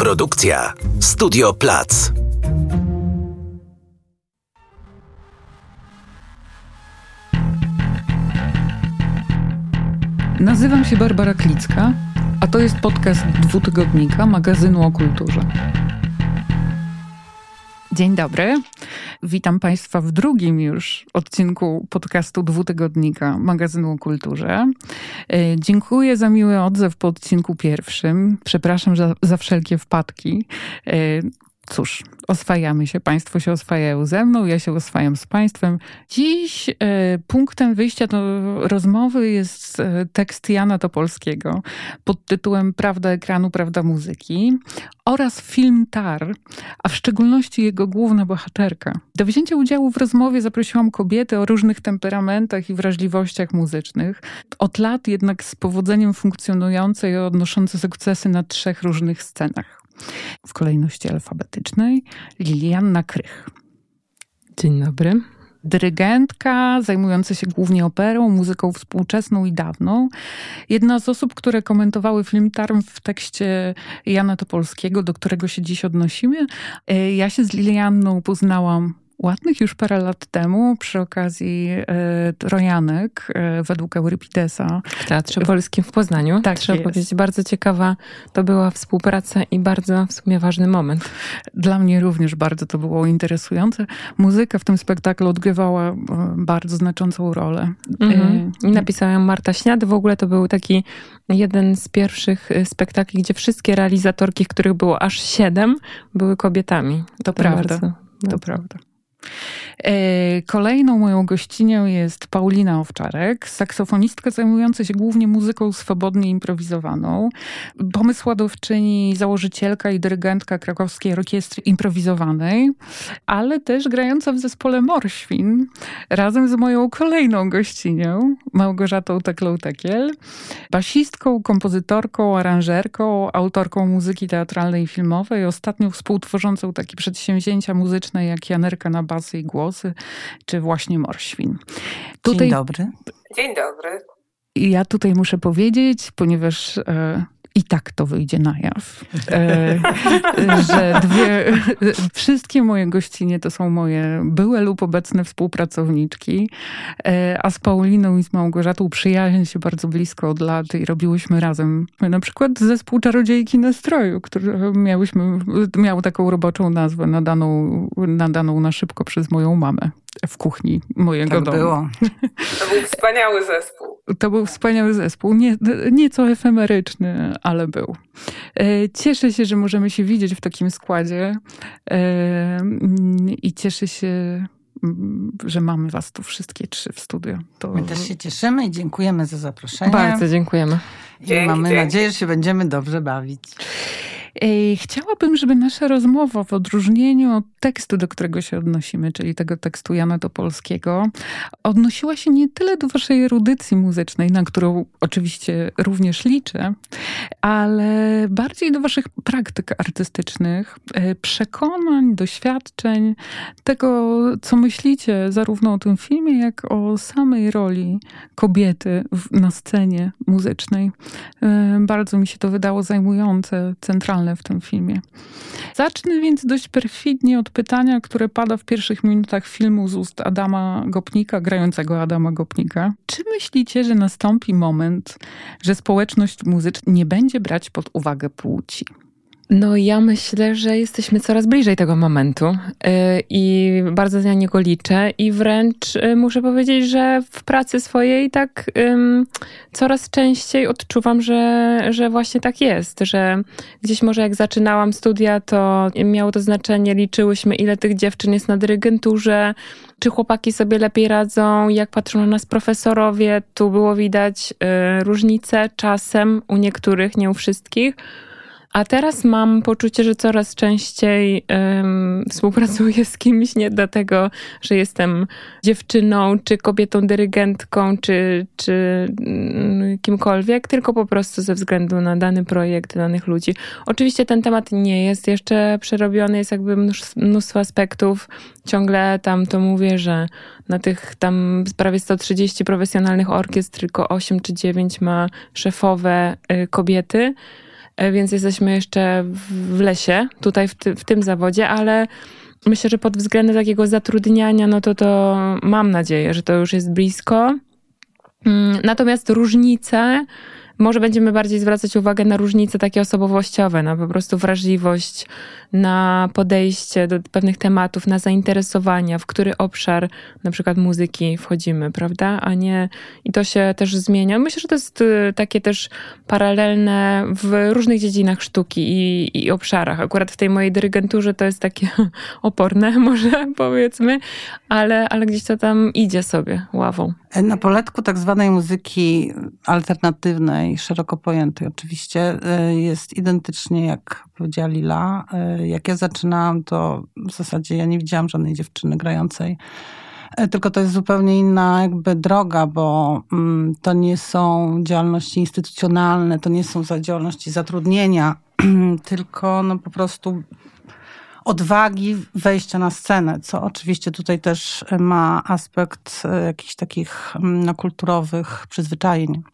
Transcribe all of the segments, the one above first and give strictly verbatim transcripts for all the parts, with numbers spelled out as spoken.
Produkcja Studio Plac. Nazywam się Barbara Klicka, a to jest podcast Dwutygodnika, magazynu o kulturze. Dzień dobry. Witam Państwa w drugim już odcinku podcastu Dwutygodnika, magazynu o kulturze. Dziękuję za miły odzew po odcinku pierwszym. Przepraszam za, za wszelkie wpadki. Cóż, oswajamy się. Państwo się oswajają ze mną, ja się oswajam z Państwem. Dziś e, punktem wyjścia do rozmowy jest e, tekst Jana Topolskiego pod tytułem Prawda ekranu, prawda muzyki oraz film Tar, a w szczególności jego główna bohaterka. Do wzięcia udziału w rozmowie zaprosiłam kobiety o różnych temperamentach i wrażliwościach muzycznych. Od lat jednak z powodzeniem funkcjonujące i odnoszące sukcesy na trzech różnych scenach. W kolejności alfabetycznej Lilianna Krych. Dzień dobry. Dyrygentka zajmująca się głównie operą, muzyką współczesną i dawną. Jedna z osób, które komentowały film Tar w tekście Jana Topolskiego, do którego się dziś odnosimy. Ja się z Lilianną poznałam ładnych już parę lat temu przy okazji e, Trojanek e, według Eurypidesa. W Teatrze Polskim w Poznaniu. Tak, trzeba jest. powiedzieć, bardzo ciekawa to była współpraca i bardzo w sumie ważny moment. Dla mnie również bardzo to było interesujące. Muzyka w tym spektaklu odgrywała e, bardzo znaczącą rolę. Mhm. I napisała ją Marta Śniad. W ogóle to był taki jeden z pierwszych spektakli, gdzie wszystkie realizatorki, których było aż siedem, były kobietami. To, to prawda. Bardzo, to bardzo. prawda. Kolejną moją gościnią jest Paulina Owczarek, saksofonistka zajmująca się głównie muzyką swobodnie improwizowaną, pomysłodawczyni, założycielka i dyrygentka Krakowskiej Orkiestry Improwizowanej, ale też grająca w zespole Morświn razem z moją kolejną gościnią, Małgorzatą Teklą-Tekiel, basistką, kompozytorką, aranżerką, autorką muzyki teatralnej i filmowej, ostatnio współtworzącą takie przedsięwzięcia muzyczne jak Janerka na basy i głosy, czy właśnie Morświn. Tutaj, Dzień dobry. Dzień dobry. Ja tutaj muszę powiedzieć, ponieważ e, i tak to wyjdzie na jaw, e, że dwie, wszystkie moje gościnie to są moje byłe lub obecne współpracowniczki, e, a z Pauliną i z Małgorzatą przyjaźń się bardzo blisko od lat i robiłyśmy razem na przykład zespół Czarodziejki Nastroju, który miałyśmy, miał taką roboczą nazwę nadaną, nadaną na szybko przez moją mamę w kuchni mojego tak domu. Było. To był wspaniały zespół. To był wspaniały zespół. Nie, nieco efemeryczny, ale był. Cieszę się, że możemy się widzieć w takim składzie i cieszę się, że mamy was tu wszystkie trzy w studio. To... My też się cieszymy i dziękujemy za zaproszenie. Bardzo dziękujemy. I Dzięki, mamy dzięki. nadzieję, że się będziemy dobrze bawić. Chciałabym, żeby nasza rozmowa w odróżnieniu od tekstu, do którego się odnosimy, czyli tego tekstu Jana Topolskiego, odnosiła się nie tyle do waszej erudycji muzycznej, na którą oczywiście również liczę, ale bardziej do waszych praktyk artystycznych, przekonań, doświadczeń, tego, co myślicie zarówno o tym filmie, jak o samej roli kobiety w, na scenie muzycznej. Bardzo mi się to wydało zajmujące, centralne w tym filmie. Zacznę więc dość perfidnie od pytania, które pada w pierwszych minutach filmu z ust Adama Gopnika, grającego Adama Gopnika. Czy myślicie, że nastąpi moment, że społeczność muzyczna nie będzie brać pod uwagę płci? No ja myślę, że jesteśmy coraz bliżej tego momentu yy, i bardzo na niego liczę i wręcz yy, muszę powiedzieć, że w pracy swojej tak yy, coraz częściej odczuwam, że, że właśnie tak jest, że gdzieś może jak zaczynałam studia, to miało to znaczenie, liczyłyśmy ile tych dziewczyn jest na dyrygenturze, czy chłopaki sobie lepiej radzą, jak patrzą na nas profesorowie, tu było widać yy, różnice czasem u niektórych, nie u wszystkich. A teraz mam poczucie, że coraz częściej um, współpracuję z kimś nie dlatego, że jestem dziewczyną, czy kobietą dyrygentką, czy, czy mm, kimkolwiek, tylko po prostu ze względu na dany projekt, danych ludzi. Oczywiście ten temat nie jest jeszcze przerobiony, jest jakby mnóstwo aspektów. Ciągle tam to mówię, że na tych tam prawie sto trzydzieści profesjonalnych orkiestr tylko osiem czy dziewięć ma szefowe y, kobiety. więc jesteśmy jeszcze w lesie, tutaj w, ty, w tym zawodzie, ale myślę, że pod względem takiego zatrudniania, no to to mam nadzieję, że to już jest blisko. Natomiast różnice, może będziemy bardziej zwracać uwagę na różnice takie osobowościowe, na po prostu wrażliwość, na podejście do pewnych tematów, na zainteresowania, w który obszar na przykład muzyki wchodzimy, prawda? A nie, i to się też zmienia. Myślę, że to jest takie też paralelne w różnych dziedzinach sztuki i, i obszarach. Akurat w tej mojej dyrygenturze to jest takie oporne, może powiedzmy, ale, ale gdzieś to tam idzie sobie ławą. Na poletku tak zwanej muzyki alternatywnej, szeroko pojętej oczywiście, jest identycznie jak powiedziała Lila. Jak ja zaczynałam, to w zasadzie ja nie widziałam żadnej dziewczyny grającej. Tylko to jest zupełnie inna jakby droga, bo to nie są działalności instytucjonalne, to nie są działalności zatrudnienia, tylko no po prostu odwagi wejścia na scenę, co oczywiście tutaj też ma aspekt jakichś takich no, kulturowych przyzwyczajeń.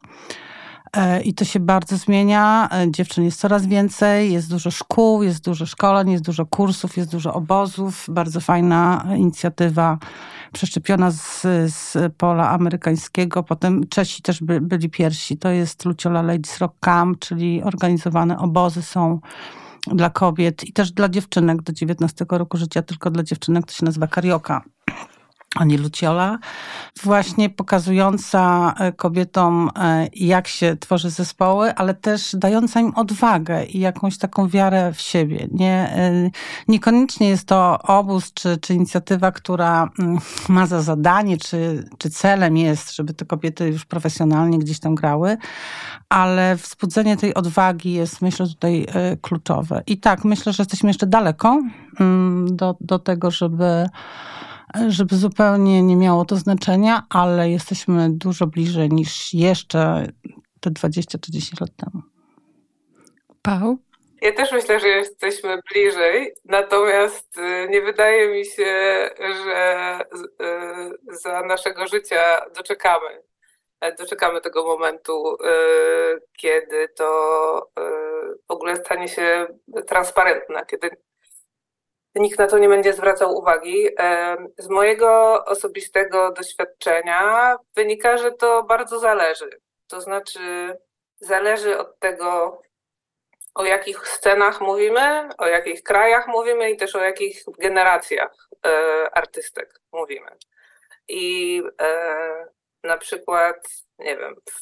I to się bardzo zmienia. Dziewczyn jest coraz więcej, jest dużo szkół, jest dużo szkoleń, jest dużo kursów, jest dużo obozów. Bardzo fajna inicjatywa przeszczepiona z, z pola amerykańskiego. Potem Czesi też by, byli pierwsi. To jest Luciola Ladies Rock Camp, czyli organizowane obozy są dla kobiet i też dla dziewczynek do dziewiętnastego roku życia, tylko dla dziewczynek to się nazywa Karioka, a nie Luciola. Właśnie pokazująca kobietom, jak się tworzy zespoły, ale też dająca im odwagę i jakąś taką wiarę w siebie. Nie, niekoniecznie jest to obóz czy, czy inicjatywa, która ma za zadanie, czy, czy celem jest, żeby te kobiety już profesjonalnie gdzieś tam grały, ale wzbudzenie tej odwagi jest, myślę, tutaj kluczowe. I tak, myślę, że jesteśmy jeszcze daleko do, do tego, żeby żeby zupełnie nie miało to znaczenia, ale jesteśmy dużo bliżej niż jeszcze te dwadzieścia trzydzieści lat temu. Pał? Ja też myślę, że jesteśmy bliżej, natomiast nie wydaje mi się, że za naszego życia doczekamy. Doczekamy tego momentu, kiedy to w ogóle stanie się transparentne, kiedy nikt na to nie będzie zwracał uwagi. Z mojego osobistego doświadczenia wynika, że to bardzo zależy. To znaczy zależy od tego, o jakich scenach mówimy, o jakich krajach mówimy i też o jakich generacjach artystek mówimy. I na przykład, nie wiem, w,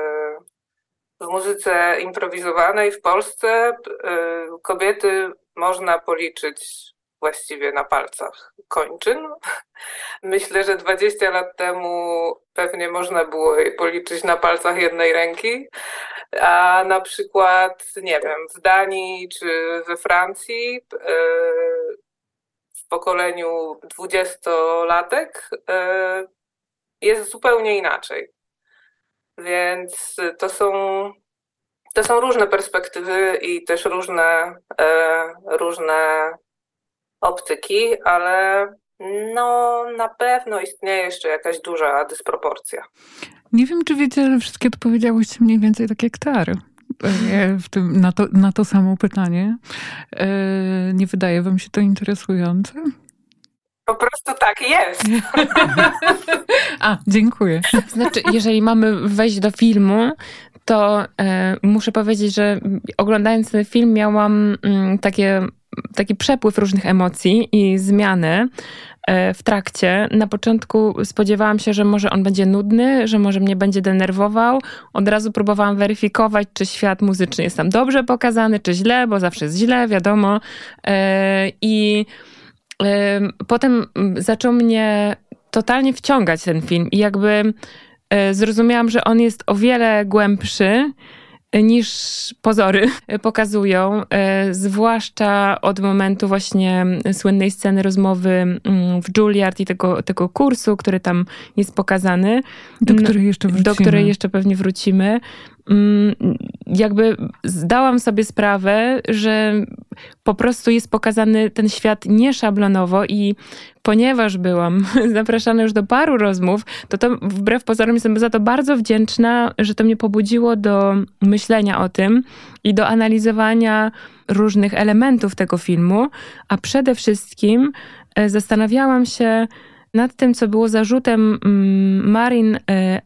w muzyce improwizowanej w Polsce kobiety można policzyć właściwie na palcach kończyn. Myślę, że dwadzieścia lat temu pewnie można było je policzyć na palcach jednej ręki, a na przykład, nie wiem, w Danii czy we Francji w pokoleniu dwudziestolatek jest zupełnie inaczej. Więc to są To są różne perspektywy i też różne, e, różne optyki, ale no na pewno istnieje jeszcze jakaś duża dysproporcja. Nie wiem, czy wiecie, ale wszystkie odpowiedziałyście mniej więcej tak jak Tary. W tym, na, to, na to samo pytanie. E, nie wydaje wam się to interesujące? Po prostu tak jest. A, dziękuję. Znaczy, jeżeli mamy wejść do filmu, to e, muszę powiedzieć, że oglądając ten film miałam mm, takie, taki przepływ różnych emocji i zmiany e, w trakcie. Na początku spodziewałam się, że może on będzie nudny, że może mnie będzie denerwował. Od razu próbowałam weryfikować, czy świat muzyczny jest tam dobrze pokazany, czy źle, bo zawsze jest źle, wiadomo. E, I e, potem zaczął mnie totalnie wciągać ten film i jakby zrozumiałam, że on jest o wiele głębszy niż pozory pokazują, zwłaszcza od momentu właśnie słynnej sceny rozmowy w Juilliard i tego, tego kursu, który tam jest pokazany. Do której jeszcze wrócimy. Do której jeszcze pewnie wrócimy. Jakby zdałam sobie sprawę, że po prostu jest pokazany ten świat nieszablonowo i ponieważ byłam zapraszana już do paru rozmów, to to wbrew pozorom jestem za to bardzo wdzięczna, że to mnie pobudziło do myślenia o tym i do analizowania różnych elementów tego filmu, a przede wszystkim zastanawiałam się nad tym, co było zarzutem Marin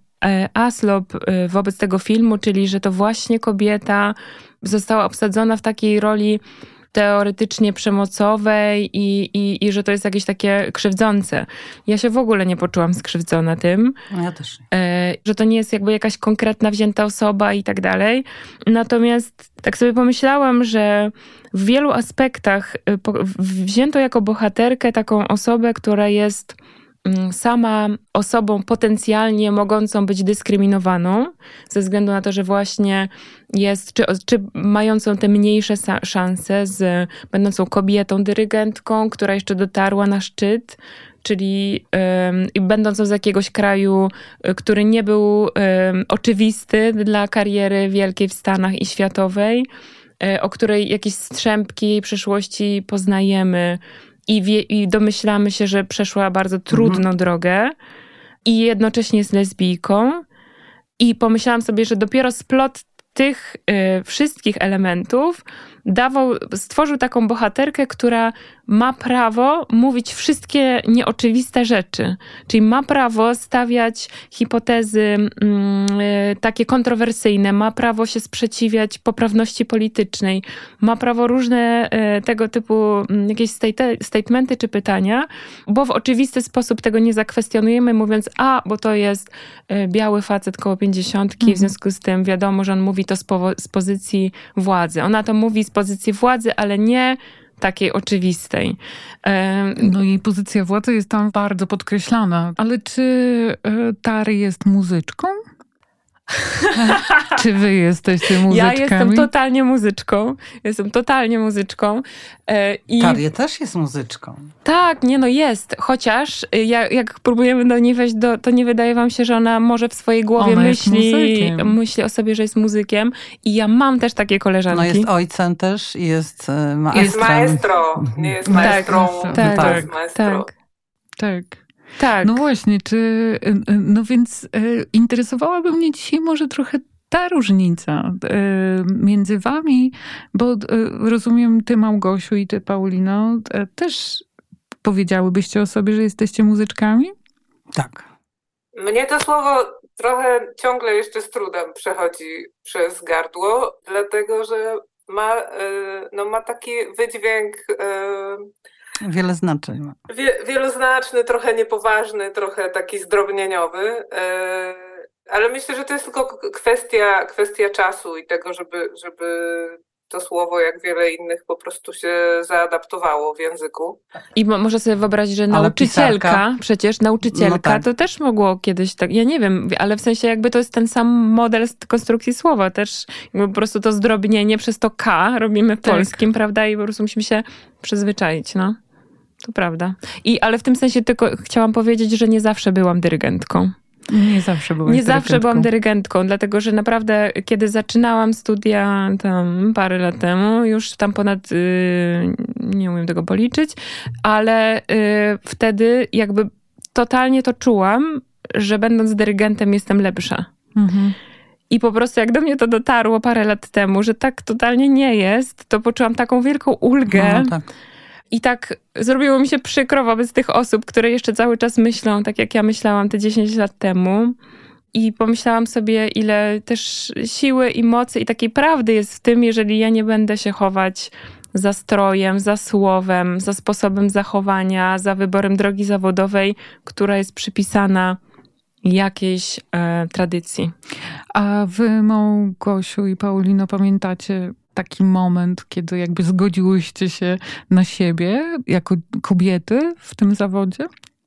Aslop wobec tego filmu, czyli że to właśnie kobieta została obsadzona w takiej roli teoretycznie przemocowej i, i, i że to jest jakieś takie krzywdzące. Ja się w ogóle nie poczułam skrzywdzona tym. No ja też nie. Że to nie jest jakby jakaś konkretna wzięta osoba i tak dalej. Natomiast tak sobie pomyślałam, że w wielu aspektach wzięto jako bohaterkę taką osobę, która jest sama osobą potencjalnie mogącą być dyskryminowaną ze względu na to, że właśnie jest, czy, czy mającą te mniejsze szanse, z będącą kobietą dyrygentką, która jeszcze dotarła na szczyt, czyli um, będącą z jakiegoś kraju, który nie był um, oczywisty dla kariery wielkiej w Stanach i światowej, o której jakieś strzępki jej przeszłości poznajemy, I, wie, I domyślamy się, że przeszła bardzo trudną mhm. drogę i jednocześnie jest lesbijką. I pomyślałam sobie, że dopiero splot tych y, wszystkich elementów dawał, stworzył taką bohaterkę, która ma prawo mówić wszystkie nieoczywiste rzeczy. Czyli ma prawo stawiać hipotezy y, takie kontrowersyjne, ma prawo się sprzeciwiać poprawności politycznej, ma prawo różne y, tego typu y, jakieś state, statementy czy pytania, bo w oczywisty sposób tego nie zakwestionujemy, mówiąc, a, bo to jest y, biały facet koło pięćdziesiątki, mhm. w związku z tym wiadomo, że on mówi to z, powo- z pozycji władzy. Ona to mówi z pozycji władzy, ale nie takiej oczywistej. No i pozycja władzy jest tam bardzo podkreślana. Ale czy Tary jest muzyczką? Czy wy jesteście muzyczkami? Ja jestem totalnie muzyczką. Jestem totalnie muzyczką. I... Tarje też jest muzyczką. Tak, nie no jest. Chociaż ja, jak próbujemy do niej wejść, do, to nie wydaje wam się, że ona może w swojej głowie ona myśli, myśli o sobie, że jest muzykiem. I ja mam też takie koleżanki. No jest ojcem też i jest maestrem. Jest maestro. Nie jest maestrą. Tak, tak, tak, tak, maestro. tak. tak. Tak. No właśnie, czy, no więc interesowałaby mnie dzisiaj może trochę ta różnica między wami, bo rozumiem, ty Małgosiu i ty Paulino też powiedziałybyście o sobie, że jesteście muzyczkami? Tak. Mnie to słowo trochę ciągle jeszcze z trudem przechodzi przez gardło, dlatego że ma, no, ma taki wydźwięk... Wiele znaczeń ma. Wie, wieloznaczny, trochę niepoważny, trochę taki zdrobnieniowy, yy, ale myślę, że to jest tylko kwestia, kwestia czasu i tego, żeby, żeby to słowo, jak wiele innych, po prostu się zaadaptowało w języku. I mo- można sobie wyobrazić, że ale nauczycielka, pisarka, przecież nauczycielka, no tak. to też mogło kiedyś tak, ja nie wiem, ale w sensie jakby to jest ten sam model z konstrukcji słowa, też jakby po prostu to zdrobnienie przez to K robimy w tak. polskim, prawda, i po prostu musimy się przyzwyczaić, no. To prawda. I, ale w tym sensie tylko chciałam powiedzieć, że nie zawsze byłam dyrygentką. Nie zawsze byłam Nie dyrygentką. zawsze byłam dyrygentką, dlatego że naprawdę, kiedy zaczynałam studia tam parę lat temu, już tam ponad, yy, nie umiem tego policzyć, ale yy, wtedy jakby totalnie to czułam, że będąc dyrygentem jestem lepsza. Mhm. I po prostu jak do mnie to dotarło parę lat temu, że tak totalnie nie jest, to poczułam taką wielką ulgę. No, tak. I tak zrobiło mi się przykro wobec tych osób, które jeszcze cały czas myślą, tak jak ja myślałam te dziesięć lat temu. I pomyślałam sobie, ile też siły i mocy i takiej prawdy jest w tym, jeżeli ja nie będę się chować za strojem, za słowem, za sposobem zachowania, za wyborem drogi zawodowej, która jest przypisana jakiejś e, tradycji. A wy, Małgosiu i Paulino, pamiętacie taki moment, kiedy jakby zgodziłyście się na siebie jako kobiety w tym zawodzie?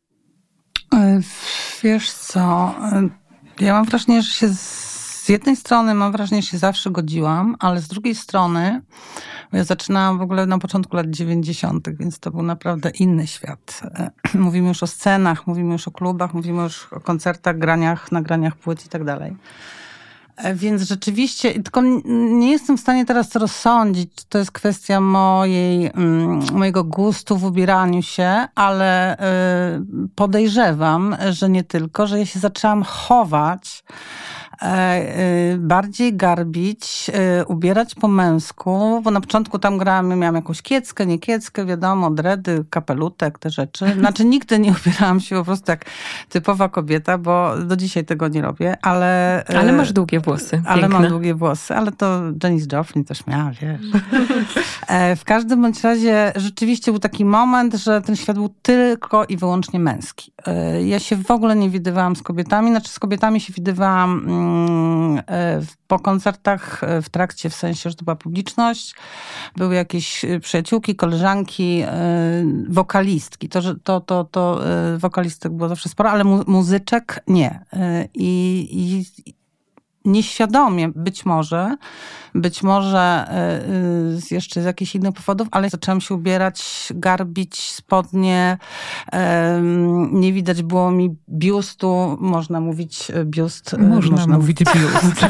Wiesz co, ja mam wrażenie, że się z jednej strony mam wrażenie, że się zawsze godziłam, ale z drugiej strony ja zaczynałam w ogóle na początku lat dziewięćdziesiątych, więc to był naprawdę inny świat. Mówimy już o scenach, mówimy już o klubach, mówimy już o koncertach, graniach, nagraniach płyt i tak dalej. Więc rzeczywiście, tylko nie jestem w stanie teraz rozsądzić, czy to jest kwestia mojej, mojego gustu w ubieraniu się, ale podejrzewam, że nie tylko, że ja się zaczęłam chować, bardziej garbić, ubierać po męsku, bo na początku tam grałam, miałam jakąś kieckę, nie kieckę, wiadomo, dredy, kapelutek, te rzeczy. Znaczy nigdy nie ubierałam się po prostu jak typowa kobieta, bo do dzisiaj tego nie robię, ale... Ale masz długie włosy, piękne. Ale mam długie włosy, ale to Janis Joplin też miała, wiesz. W każdym bądź razie rzeczywiście był taki moment, że ten świat był tylko i wyłącznie męski. Ja się w ogóle nie widywałam z kobietami, znaczy z kobietami się widywałam po koncertach, w trakcie, w sensie, że to była publiczność. Były jakieś przyjaciółki, koleżanki, wokalistki. To, że to, to, to wokalistek było zawsze sporo, ale mu- muzyczek nie. I, i nieświadomie być może, być może z jeszcze z jakichś innych powodów, ale zaczęłam się ubierać, garbić spodnie. Nie widać było mi biustu. Można mówić biust. Można, można mówić biust.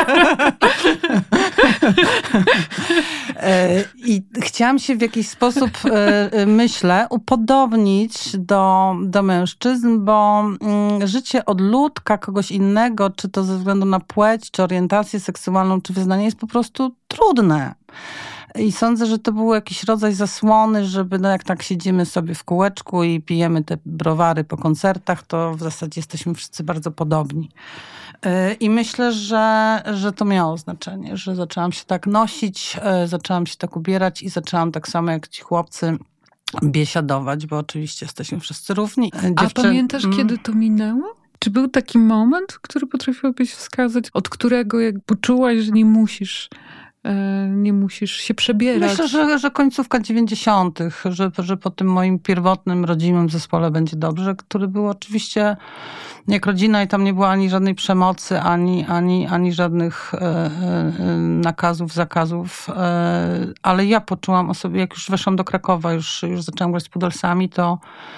I chciałam się w jakiś sposób, myślę, upodobnić do, do mężczyzn, bo życie odludka kogoś innego, czy to ze względu na płeć, czy orientację seksualną, czy wyznanie, jest po prostu trudne. I sądzę, że to był jakiś rodzaj zasłony, żeby no jak tak siedzimy sobie w kółeczku i pijemy te browary po koncertach, to w zasadzie jesteśmy wszyscy bardzo podobni. I myślę, że, że to miało znaczenie, że zaczęłam się tak nosić, zaczęłam się tak ubierać i zaczęłam tak samo jak ci chłopcy biesiadować, bo oczywiście jesteśmy wszyscy równi. Dziewczyn... A pamiętasz, mm. kiedy to minęło? Czy był taki moment, który potrafiłabyś wskazać, od którego jak poczułaś, że nie musisz, nie musisz się przebierać? Myślę, że, że końcówka dziewięćdziesiątych, że, że po tym moim pierwotnym, rodzimym zespole Będzie Dobrze, który był oczywiście jak rodzina i tam nie było ani żadnej przemocy, ani, ani, ani żadnych e, e, nakazów, zakazów, e, ale ja poczułam o sobie, jak już weszłam do Krakowa, już, już zaczęłam grać z Pudelsami, to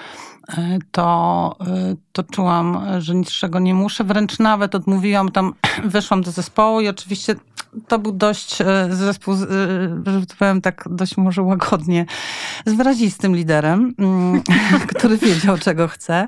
to, to czułam, że niczego nie muszę. Wręcz nawet odmówiłam tam, weszłam do zespołu i oczywiście to był dość zespół, że to powiem tak dość może łagodnie, z wyrazistym liderem, który wiedział, czego chce.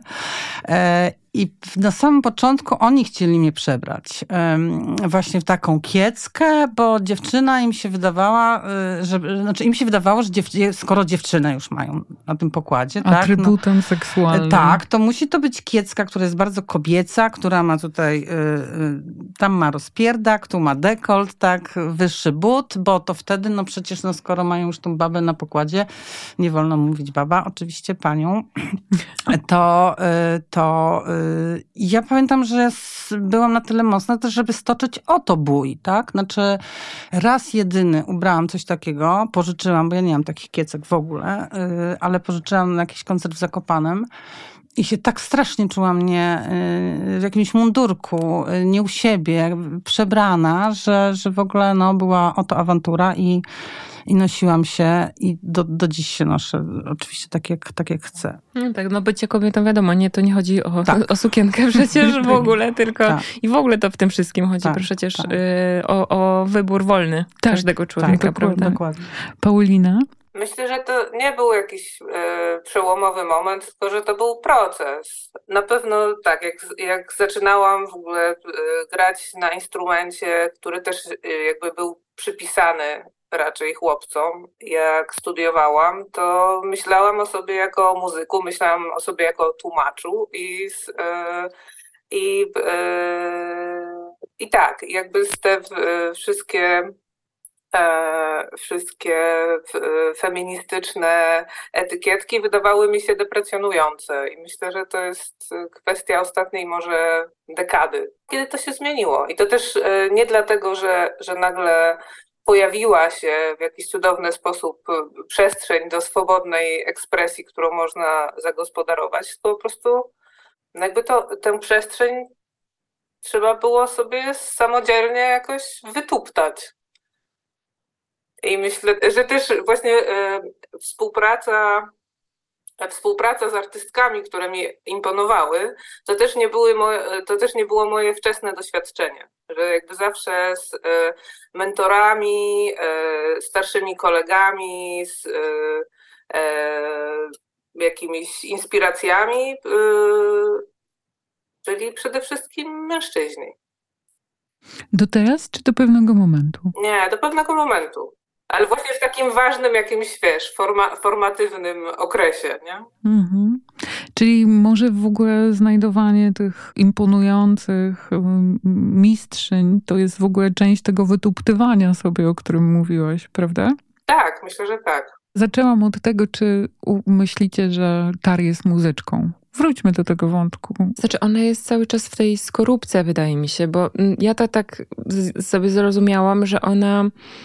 I na samym początku oni chcieli mnie przebrać właśnie w taką kieckę, bo dziewczyna im się wydawała, że, znaczy im się wydawało, że dziew, skoro dziewczynę już mają na tym pokładzie. Atrybutem tak, no, seksualnym. Tak, to musi to być kiecka, która jest bardzo kobieca, która ma tutaj, tam ma rozpierdak, tu ma dekolt, tak, wyższy but, bo to wtedy, no przecież no skoro mają już tą babę na pokładzie, nie wolno mówić baba, oczywiście panią, to, to ja pamiętam, że byłam na tyle mocna też, żeby stoczyć o to bój, tak? Znaczy raz jedyny ubrałam coś takiego, pożyczyłam, bo ja nie mam takich kiecek w ogóle, ale pożyczyłam na jakiś koncert w Zakopanem i się tak strasznie czułam nie w jakimś mundurku, nie u siebie, przebrana, że, że w ogóle no, była oto awantura i I nosiłam się i do, do dziś się noszę. Oczywiście tak jak, tak jak chcę. No tak, no bycie kobietą wiadomo, nie, to nie chodzi o, tak. o sukienkę przecież w ogóle, tylko tak. I w ogóle to w tym wszystkim chodzi tak, przecież tak. y, o, o wybór wolny tak, każdego człowieka, tak, prawda? Dokładnie. Paulina? Myślę, że to nie był jakiś e, przełomowy moment, tylko że to był proces. Na pewno tak, jak, jak zaczynałam w ogóle e, grać na instrumencie, który też e, jakby był przypisany raczej chłopcom, jak studiowałam, to myślałam o sobie jako o muzyku, myślałam o sobie jako o tłumaczu i, e, i, e, i tak, jakby te e, wszystkie E, wszystkie feministyczne etykietki wydawały mi się deprecjonujące i myślę, że to jest kwestia ostatniej może dekady, kiedy to się zmieniło. I to też nie dlatego, że, że nagle pojawiła się w jakiś cudowny sposób przestrzeń do swobodnej ekspresji, którą można zagospodarować, to po prostu jakby to, tę przestrzeń trzeba było sobie samodzielnie jakoś wytuptać. I myślę, że też właśnie e, współpraca, współpraca z artystkami, które mi imponowały, to też nie były moje, to też nie było moje wczesne doświadczenie. że jakby zawsze z y, mentorami, y, starszymi kolegami, z y, y, jakimiś inspiracjami, y, czyli przede wszystkim mężczyźni. Do teraz czy do pewnego momentu? Nie, do pewnego momentu. Ale właśnie w takim ważnym jakimś, wiesz, forma, formatywnym okresie, nie? Mhm. Czyli może w ogóle znajdowanie tych imponujących mistrzyń to jest w ogóle część tego wytuptywania sobie, o którym mówiłaś, prawda? Tak, myślę, że tak. Zaczęłam od tego, czy myślicie, że Tar jest muzyczką. Wróćmy do tego wątku. Znaczy, ona jest cały czas w tej skorupce, wydaje mi się, bo ja to tak sobie zrozumiałam, że ona,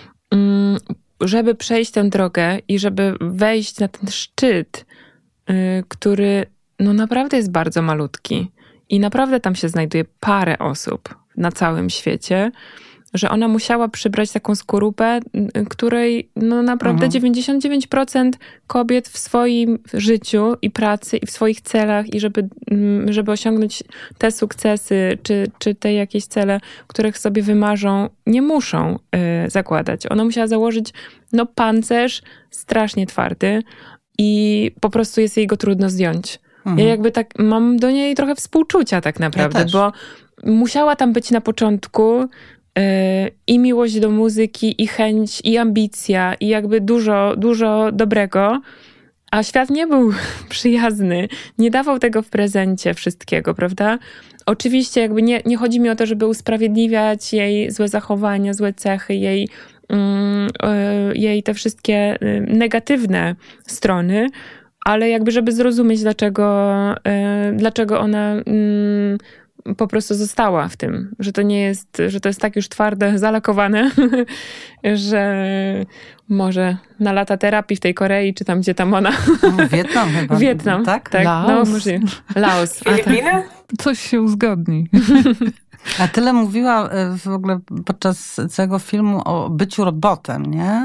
żeby przejść tę drogę i żeby wejść na ten szczyt, który no naprawdę jest bardzo malutki i naprawdę tam się znajduje parę osób na całym świecie, że ona musiała przybrać taką skorupę, której no naprawdę mhm. dziewięćdziesiąt dziewięć procent kobiet w swoim życiu i pracy i w swoich celach i żeby, żeby osiągnąć te sukcesy czy, czy te jakieś cele, których sobie wymarzą, nie muszą y, zakładać. Ona musiała założyć no pancerz strasznie twardy i po prostu jest jej go trudno zdjąć. Mhm. Ja jakby tak mam do niej trochę współczucia tak naprawdę, ja bo musiała tam być na początku i miłość do muzyki, i chęć, i ambicja, i jakby dużo, dużo dobrego, a świat nie był przyjazny, nie dawał tego w prezencie wszystkiego, prawda? Oczywiście jakby nie, nie chodzi mi o to, żeby usprawiedliwiać jej złe zachowania, złe cechy, jej, mm, jej te wszystkie negatywne strony, ale jakby żeby zrozumieć, dlaczego, dlaczego ona mm, po prostu została w tym, że to nie jest, że to jest tak już twarde, zalakowane, że może na lata terapii w tej Korei, czy tam, gdzie tam ona... No, Wietnam chyba. Wietnam, tak? tak. Laos. No, może... Laos. Filipiny? Coś się uzgodni. A tyle mówiła w ogóle podczas całego filmu o byciu robotem, nie?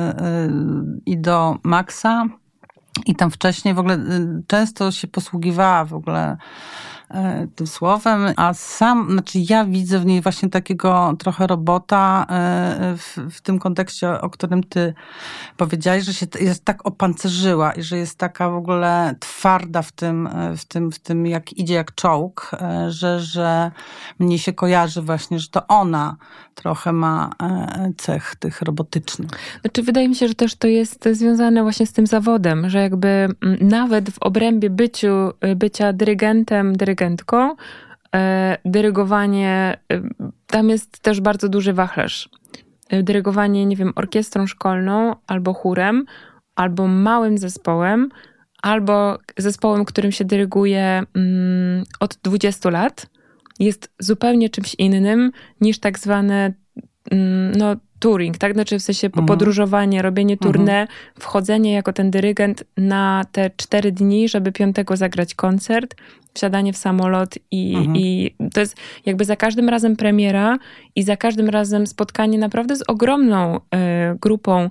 I do Maxa, i tam wcześniej w ogóle często się posługiwała w ogóle tym słowem, a sam, znaczy ja widzę w niej właśnie takiego trochę robota w, w tym kontekście, o którym ty powiedziałaś, że się jest tak opancerzyła i że jest taka w ogóle twarda w tym, w tym, w tym jak idzie jak czołg, że, że mnie się kojarzy właśnie, że to ona trochę ma cech tych robotycznych. Znaczy wydaje mi się, że też to jest związane właśnie z tym zawodem, że jakby nawet w obrębie byciu, bycia dyrygentem, dyrygentką, dyrygowanie, tam jest też bardzo duży wachlarz. Dyrygowanie, nie wiem, orkiestrą szkolną, albo chórem, albo małym zespołem, albo zespołem, którym się dyryguje mm, od dwudziestu lat, jest zupełnie czymś innym niż tak zwane mm, no, touring, tak? Znaczy w sensie mhm. podróżowanie, robienie tournée, mhm. wchodzenie jako ten dyrygent na te cztery dni, żeby piątego zagrać koncert, wsiadanie w samolot i, mhm. i to jest jakby za każdym razem premiera i za każdym razem spotkanie naprawdę z ogromną y, grupą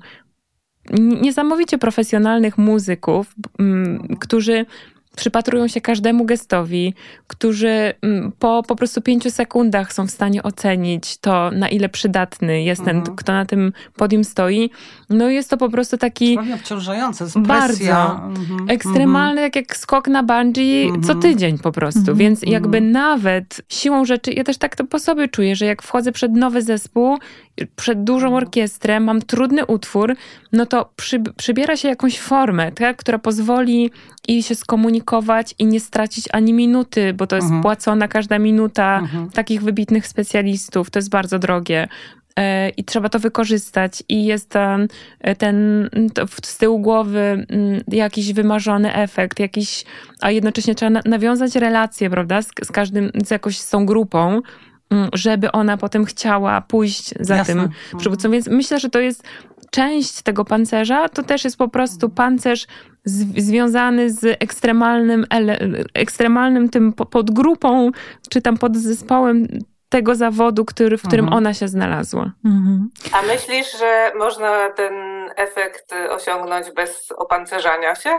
niesamowicie profesjonalnych muzyków, y, którzy przypatrują się każdemu gestowi, którzy po po prostu pięciu sekundach są w stanie ocenić to, na ile przydatny jest ten, mhm. kto na tym podium stoi. No jest to po prostu taki... Zupełnie obciążające, bardzo mhm. ekstremalny, tak jak skok na bungee mhm. co tydzień po prostu. Mhm. Więc jakby mhm. nawet siłą rzeczy, ja też tak to po sobie czuję, że jak wchodzę przed nowy zespół, przed dużą orkiestrę, mam trudny utwór, no to przy, przybiera się jakąś formę, tak, która pozwoli i się skomunikować i nie stracić ani minuty, bo to jest mhm. płacona każda minuta mhm. takich wybitnych specjalistów. To jest bardzo drogie. I trzeba to wykorzystać i jest ten, ten z tyłu głowy jakiś wymarzony efekt, jakiś, a jednocześnie trzeba nawiązać relacje, prawda, z, z każdym, z jakoś z tą grupą, żeby ona potem chciała pójść za Jasne. tym przywódcą. Więc myślę, że to jest część tego pancerza, to też jest po prostu pancerz z, związany z ekstremalnym, ele, ekstremalnym tym podgrupą, czy tam podzespołem tego zawodu, który, w którym mhm. ona się znalazła. Mhm. A myślisz, że można ten efekt osiągnąć bez opancerzania się?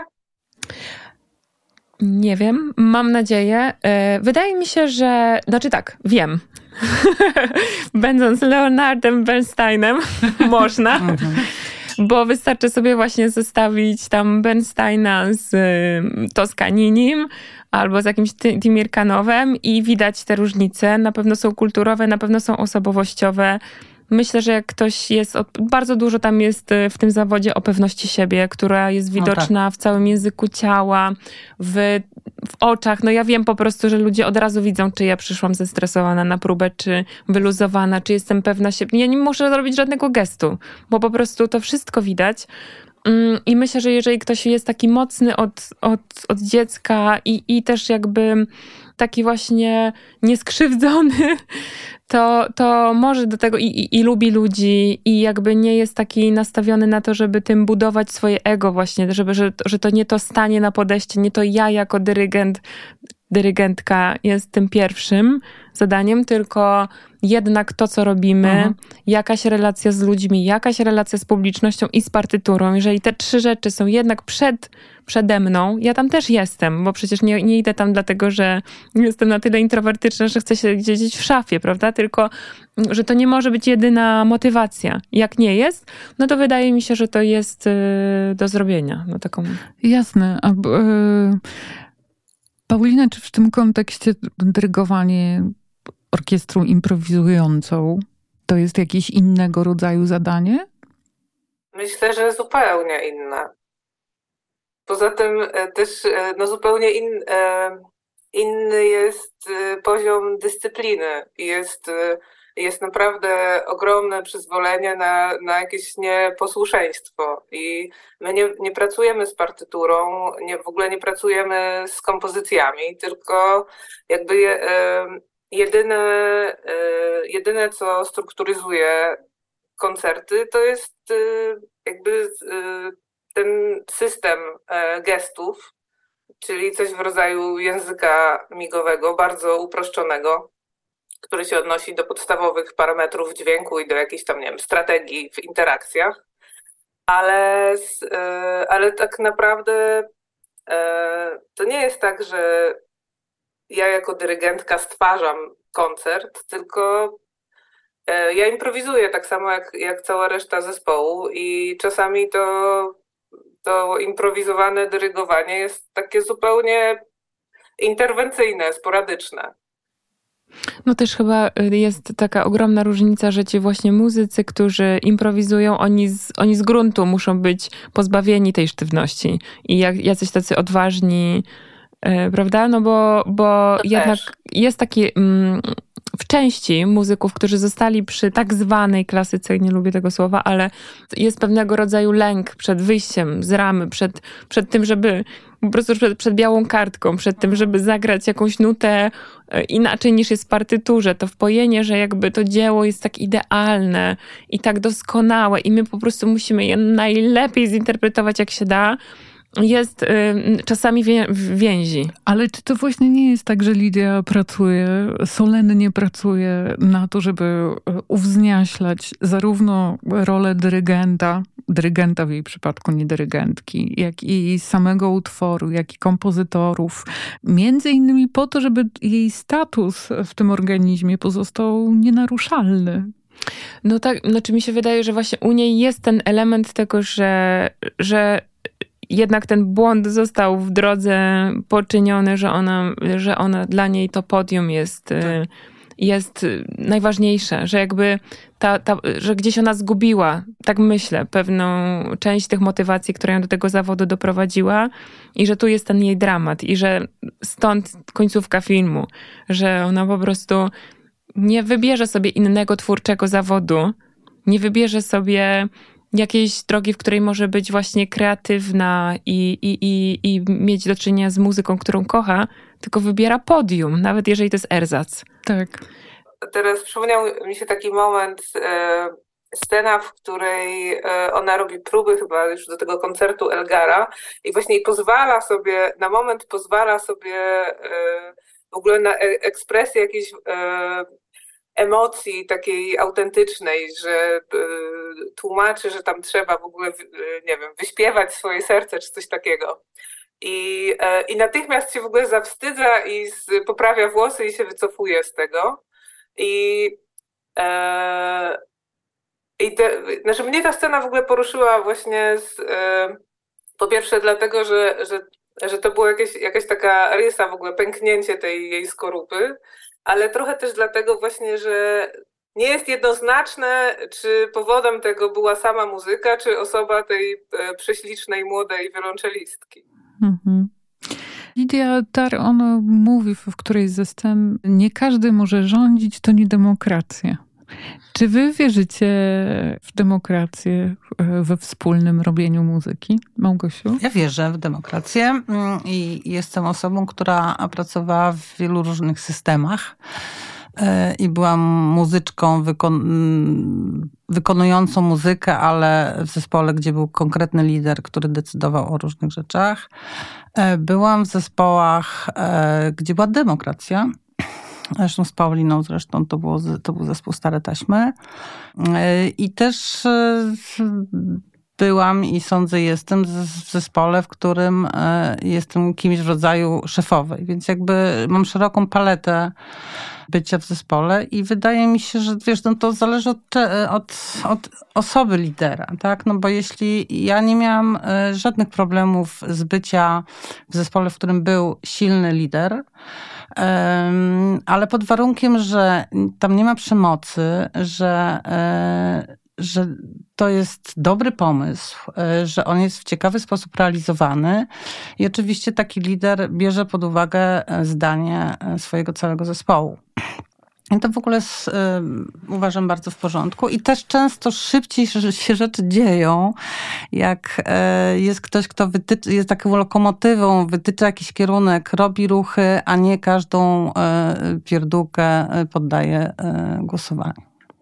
Nie wiem, mam nadzieję. Wydaje mi się, że... Znaczy tak, wiem. Będąc Leonardem Bernsteinem, można. Bo wystarczy sobie właśnie zestawić tam Bernsteina z y, Toskaninim albo z jakimś Timirkanowem i widać te różnice. Na pewno są kulturowe, na pewno są osobowościowe. Myślę, że jak ktoś jest... Od... Bardzo dużo tam jest w tym zawodzie o pewności siebie, która jest widoczna no tak. w całym języku ciała, w, w oczach. No ja wiem po prostu, że ludzie od razu widzą, czy ja przyszłam zestresowana na próbę, czy wyluzowana, czy jestem pewna siebie. Ja nie muszę zrobić żadnego gestu, bo po prostu to wszystko widać. I myślę, że jeżeli ktoś jest taki mocny od, od, od dziecka i, i też jakby taki właśnie nieskrzywdzony, to, to może do tego i, i, i lubi ludzi i jakby nie jest taki nastawiony na to, żeby tym budować swoje ego właśnie, żeby, że, że to nie to stanie na podejście, nie to ja jako dyrygent, dyrygentka jest tym pierwszym zadaniem, tylko jednak to, co robimy, mhm. jakaś relacja z ludźmi, jakaś relacja z publicznością i z partyturą. Jeżeli te trzy rzeczy są jednak przed, przede mną, ja tam też jestem, bo przecież nie, nie idę tam dlatego, że jestem na tyle introwertyczna, że chcę się gdzieś w szafie, prawda? Tylko, że to nie może być jedyna motywacja. Jak nie jest, no to wydaje mi się, że to jest yy, do zrobienia. No, taką... Jasne. A, yy... Paulina, czy w tym kontekście dyrygowanie orkiestrą improwizującą to jest jakieś innego rodzaju zadanie? Myślę, że zupełnie inne. Poza tym też no, zupełnie in, inny jest poziom dyscypliny. Jest, jest naprawdę ogromne przyzwolenie na, na jakieś nieposłuszeństwo. I my nie, nie pracujemy z partyturą, nie, w ogóle nie pracujemy z kompozycjami, tylko jakby je, jedyne, jedyne, co strukturyzuje koncerty, to jest jakby ten system gestów, czyli coś w rodzaju języka migowego, bardzo uproszczonego, który się odnosi do podstawowych parametrów dźwięku i do jakiejś tam, nie wiem, strategii w interakcjach, ale, ale tak naprawdę to nie jest tak, że ja jako dyrygentka stwarzam koncert, tylko ja improwizuję tak samo jak, jak cała reszta zespołu i czasami to, to improwizowane dyrygowanie jest takie zupełnie interwencyjne, sporadyczne. No też chyba jest taka ogromna różnica, że ci właśnie muzycy, którzy improwizują, oni z, oni z gruntu muszą być pozbawieni tej sztywności i jak jacyś tacy odważni, yy, prawda? No bo, bo jednak też jest taki... Mm, w części muzyków, którzy zostali przy tak zwanej klasyce, nie lubię tego słowa, ale jest pewnego rodzaju lęk przed wyjściem z ramy, przed, przed tym, żeby po prostu przed, przed białą kartką, przed tym, żeby zagrać jakąś nutę inaczej niż jest w partyturze. To wpojenie, że jakby to dzieło jest tak idealne i tak doskonałe i my po prostu musimy je najlepiej zinterpretować jak się da, jest y, czasami wię- więzi. Ale czy to właśnie nie jest tak, że Lidia pracuje, solennie pracuje na to, żeby uwzniaślać zarówno rolę dyrygenta, dyrygenta w jej przypadku, nie dyrygentki, jak i samego utworu, jak i kompozytorów. Między innymi po to, żeby jej status w tym organizmie pozostał nienaruszalny. No tak, znaczy mi się wydaje, że właśnie u niej jest ten element tego, że, że jednak ten błąd został w drodze poczyniony, że ona, że ona dla niej to podium jest, tak. jest najważniejsze, że jakby ta, ta, że gdzieś ona zgubiła, tak myślę, pewną część tych motywacji, która ją do tego zawodu doprowadziła i że tu jest ten jej dramat i że stąd końcówka filmu, że ona po prostu nie wybierze sobie innego twórczego zawodu, nie wybierze sobie jakiejś drogi, w której może być właśnie kreatywna i, i, i, i mieć do czynienia z muzyką, którą kocha, tylko wybiera podium, nawet jeżeli to jest erzac. Tak. Teraz przypomniał mi się taki moment, e, scena, w której e, ona robi próby chyba już do tego koncertu Elgara i właśnie pozwala sobie, na moment pozwala sobie e, w ogóle na e- ekspresję jakiejś e, emocji takiej autentycznej, że y, tłumaczy, że tam trzeba w ogóle, y, nie wiem, wyśpiewać swoje serce czy coś takiego. I, y, i natychmiast się w ogóle zawstydza i z, poprawia włosy i się wycofuje z tego. I, e, i te, znaczy mnie ta scena w ogóle poruszyła właśnie z, e, po pierwsze dlatego, że, że, że to była jakieś, jakaś taka rysa, w ogóle pęknięcie tej jej skorupy, ale trochę też dlatego właśnie, że nie jest jednoznaczne, czy powodem tego była sama muzyka, czy osoba tej prześlicznej, młodej wiolonczelistki. Mhm. Lidia Tar-On mówi w którejś ze scen, nie każdy może rządzić, to nie demokracja. Czy wy wierzycie w demokrację, we wspólnym robieniu muzyki? Małgosiu? Ja wierzę w demokrację i jestem osobą, która pracowała w wielu różnych systemach i byłam muzyczką wykon- wykonującą muzykę, ale w zespole, gdzie był konkretny lider, który decydował o różnych rzeczach. Byłam w zespołach, gdzie była demokracja. Zresztą z Pauliną, zresztą to, było, to był zespół Stare Taśmy. I też byłam i sądzę jestem w zespole, w którym jestem kimś w rodzaju szefowej. Więc jakby mam szeroką paletę bycia w zespole i wydaje mi się, że wiesz, no to zależy od, od, od osoby lidera, tak? No bo jeśli ja nie miałam żadnych problemów z bycia w zespole, w którym był silny lider, ale pod warunkiem, że tam nie ma przemocy, że, że to jest dobry pomysł, że on jest w ciekawy sposób realizowany i oczywiście taki lider bierze pod uwagę zdanie swojego całego zespołu. I to w ogóle jest, y, uważam, bardzo w porządku. I też często szybciej się rzeczy dzieją, jak y, jest ktoś, kto wytyczy, jest taką lokomotywą, wytycza jakiś kierunek, robi ruchy, a nie każdą y, pierdółkę poddaje y, głosowaniu.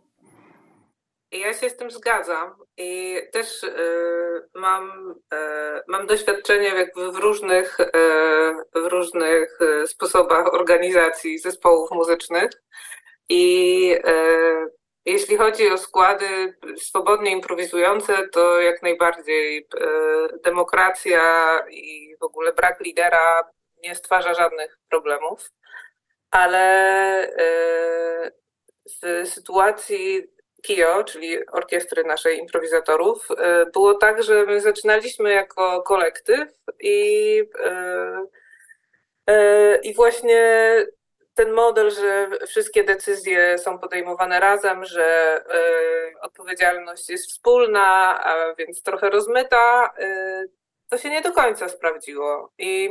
Ja się z tym zgadzam i też y, mam, y, mam doświadczenie jakby w różnych, y, w różnych sposobach organizacji zespołów muzycznych i y, jeśli chodzi o składy swobodnie improwizujące, to jak najbardziej y, demokracja i w ogóle brak lidera nie stwarza żadnych problemów, ale y, w sytuacji K I O, czyli orkiestry naszej improwizatorów, było tak, że my zaczynaliśmy jako kolektyw i, i właśnie ten model, że wszystkie decyzje są podejmowane razem, że odpowiedzialność jest wspólna, a więc trochę rozmyta, to się nie do końca sprawdziło. I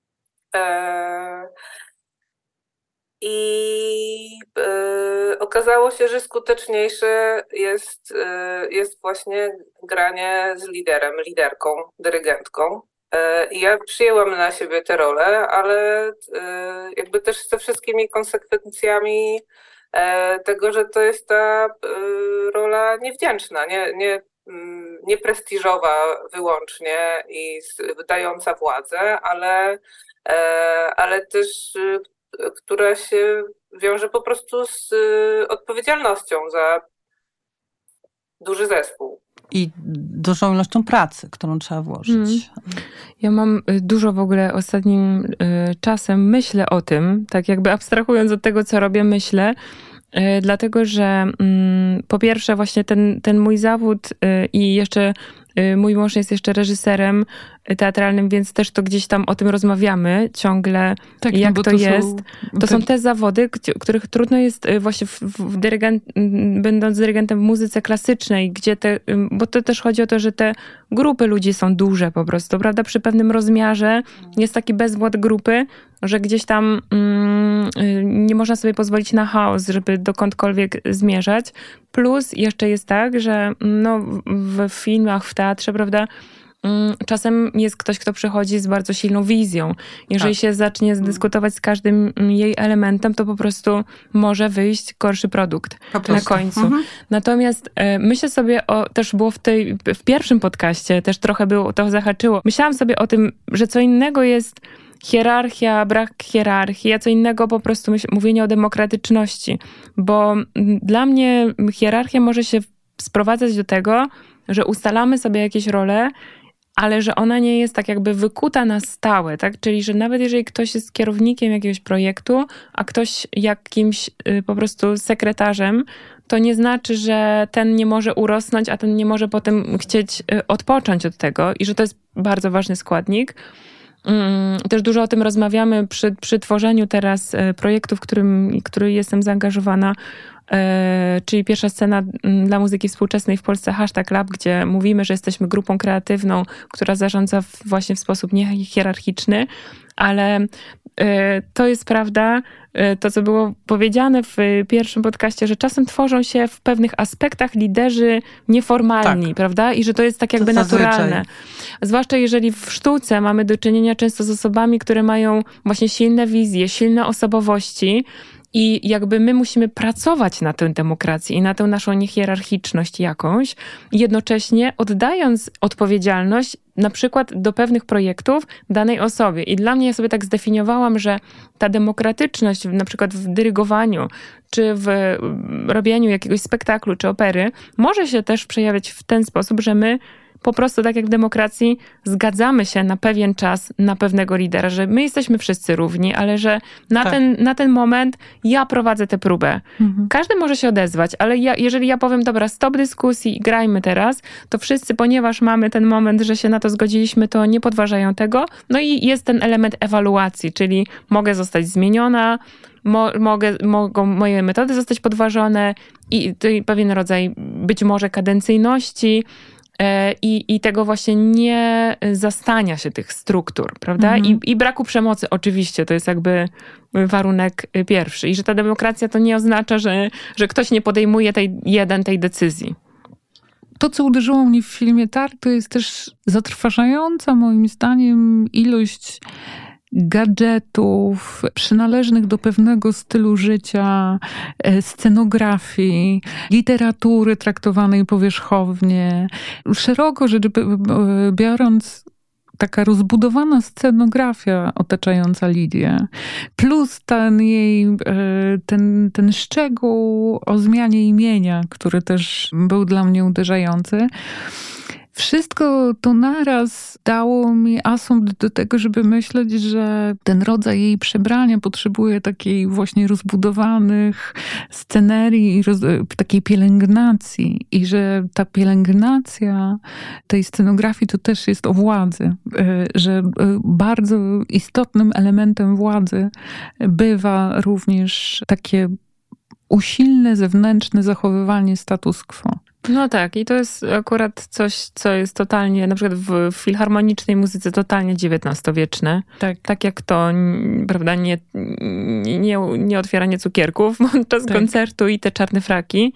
I y, okazało się, że skuteczniejsze jest, y, jest właśnie granie z liderem, liderką, dyrygentką. I y, ja przyjęłam na siebie tę rolę, ale y, jakby też ze wszystkimi konsekwencjami y, tego, że to jest ta y, rola niewdzięczna, nie, nie, nie prestiżowa wyłącznie i dająca władzę, ale, y, ale też y, która się wiąże po prostu z odpowiedzialnością za duży zespół. I dużą ilością pracy, którą trzeba włożyć. Hmm. Ja mam dużo w ogóle ostatnim czasem myślę o tym, tak jakby abstrahując od tego, co robię, myślę, dlatego, że mm, po pierwsze właśnie ten, ten mój zawód i jeszcze mój mąż jest jeszcze reżyserem teatralnym, więc też to gdzieś tam o tym rozmawiamy ciągle, tak, jak no to, to jest. Są... To są te zawody, których trudno jest właśnie w, w dyrygent, będąc dyrygentem w muzyce klasycznej, gdzie te, bo to też chodzi o to, że te grupy ludzi są duże po prostu, prawda? Przy pewnym rozmiarze jest taki bezwład grupy, że gdzieś tam mm, nie można sobie pozwolić na chaos, żeby dokądkolwiek zmierzać. Plus jeszcze jest tak, że no, w filmach, w teatrze, prawda, czasem jest ktoś, kto przychodzi z bardzo silną wizją. Jeżeli tak. się zacznie dyskutować z każdym jej elementem, to po prostu może wyjść gorszy produkt na końcu. Mhm. Natomiast e, myślę sobie, o, też było w tej, w pierwszym podcaście, też trochę było, to zahaczyło. Myślałam sobie o tym, że co innego jest hierarchia, brak hierarchii, a co innego po prostu myśl, mówienie o demokratyczności. Bo dla mnie hierarchia może się sprowadzać do tego, że ustalamy sobie jakieś role ale że ona nie jest tak jakby wykuta na stałe, tak? Czyli, że nawet jeżeli ktoś jest kierownikiem jakiegoś projektu, a ktoś jakimś y, po prostu sekretarzem, to nie znaczy, że ten nie może urosnąć, a ten nie może potem chcieć y, odpocząć od tego i że to jest bardzo ważny składnik. Też dużo o tym rozmawiamy przy, przy tworzeniu teraz projektu, w którym który jestem zaangażowana, czyli pierwsza scena dla muzyki współczesnej w Polsce, hashtag Lab, gdzie mówimy, że jesteśmy grupą kreatywną, która zarządza właśnie w sposób niehierarchiczny, ale to jest prawda, to co było powiedziane w pierwszym podcaście, że czasem tworzą się w pewnych aspektach liderzy nieformalni, tak. prawda? I że to jest tak jakby to naturalne. Zwłaszcza jeżeli w sztuce mamy do czynienia często z osobami, które mają właśnie silne wizje, silne osobowości, i jakby my musimy pracować na tę demokrację i na tę naszą niehierarchiczność jakąś, jednocześnie oddając odpowiedzialność na przykład do pewnych projektów danej osobie. I dla mnie ja sobie tak zdefiniowałam, że ta demokratyczność na przykład w dyrygowaniu, czy w robieniu jakiegoś spektaklu, czy opery, może się też przejawiać w ten sposób, że my po prostu, tak jak w demokracji, zgadzamy się na pewien czas na pewnego lidera, że my jesteśmy wszyscy równi, ale że na, tak. ten, na ten moment ja prowadzę tę próbę. Mhm. Każdy może się odezwać, ale ja, jeżeli ja powiem, dobra, stop dyskusji, grajmy teraz, to wszyscy, ponieważ mamy ten moment, że się na to zgodziliśmy, to nie podważają tego. No i jest ten element ewaluacji, czyli mogę zostać zmieniona, Mo, mogę, mogą moje metody zostać podważone i pewien rodzaj być może kadencyjności, I, i tego właśnie nie zastania się tych struktur, prawda? Mhm. I, I braku przemocy oczywiście, to jest jakby warunek pierwszy. I że ta demokracja to nie oznacza, że, że ktoś nie podejmuje tej jeden tej decyzji. To, co uderzyło mnie w filmie Tar, to jest też zatrważająca moim zdaniem ilość gadżetów przynależnych do pewnego stylu życia, scenografii, literatury traktowanej powierzchownie. Szeroko rzecz biorąc, taka rozbudowana scenografia otaczająca Lidię, plus ten jej, ten, ten szczegół o zmianie imienia, który też był dla mnie uderzający. Wszystko to naraz dało mi asumpt do tego, żeby myśleć, że ten rodzaj jej przebrania potrzebuje takiej właśnie rozbudowanych scenerii i roz, takiej pielęgnacji. I że ta pielęgnacja tej scenografii to też jest o władzy. Że bardzo istotnym elementem władzy bywa również takie usilne, zewnętrzne zachowywanie status quo. No tak, i to jest akurat coś, co jest totalnie, na przykład w filharmonicznej muzyce totalnie dziewiętnastowieczne. Tak, tak jak to, prawda, nie, nie, nie otwieranie cukierków podczas tak. koncertu i te czarne fraki.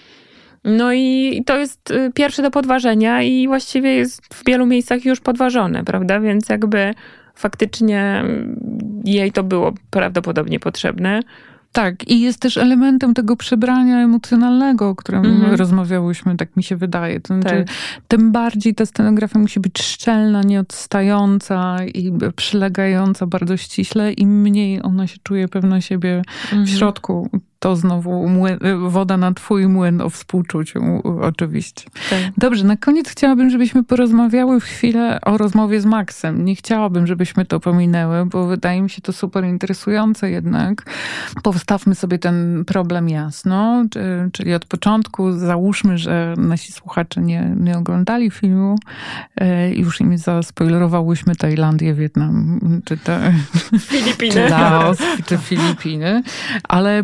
No i to jest pierwsze do podważenia i właściwie jest w wielu miejscach już podważone, prawda? Więc jakby faktycznie jej to było prawdopodobnie potrzebne. Tak, i jest też elementem tego przebrania emocjonalnego, o którym mm-hmm. rozmawiałyśmy, tak mi się wydaje. To znaczy, tak. Tym bardziej ta scenografia musi być szczelna, nieodstająca i przylegająca bardzo ściśle, im mniej ona się czuje pewna siebie mm-hmm. w środku. To znowu młyn, woda na twój młyn o współczuciu, oczywiście. Tak. Dobrze, na koniec chciałabym, żebyśmy porozmawiały w chwilę o rozmowie z Maxem. Nie chciałabym, żebyśmy to pominęły, bo wydaje mi się to super interesujące jednak. Postawmy sobie ten problem jasno, czyli od początku załóżmy, że nasi słuchacze nie, nie oglądali filmu. Już im zaspoilerowałyśmy Tajlandię, Wietnam, czy, te, Filipiny. czy Laos, czy Filipiny, ale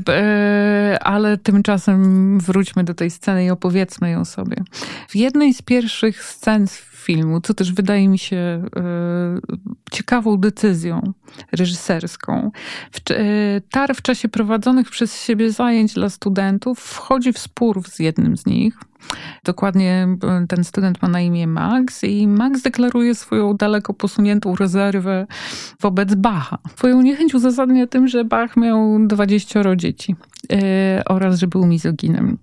ale tymczasem wróćmy do tej sceny i opowiedzmy ją sobie. W jednej z pierwszych scen filmu, co też wydaje mi się e, ciekawą decyzją reżyserską, w, e, Tar w czasie prowadzonych przez siebie zajęć dla studentów wchodzi w spór z jednym z nich. Dokładnie ten student ma na imię Max i Max deklaruje swoją daleko posuniętą rezerwę wobec Bacha. Swoją niechęć uzasadnia tym, że Bach miał dwadzieścioro dzieci yy, oraz że był mizoginem.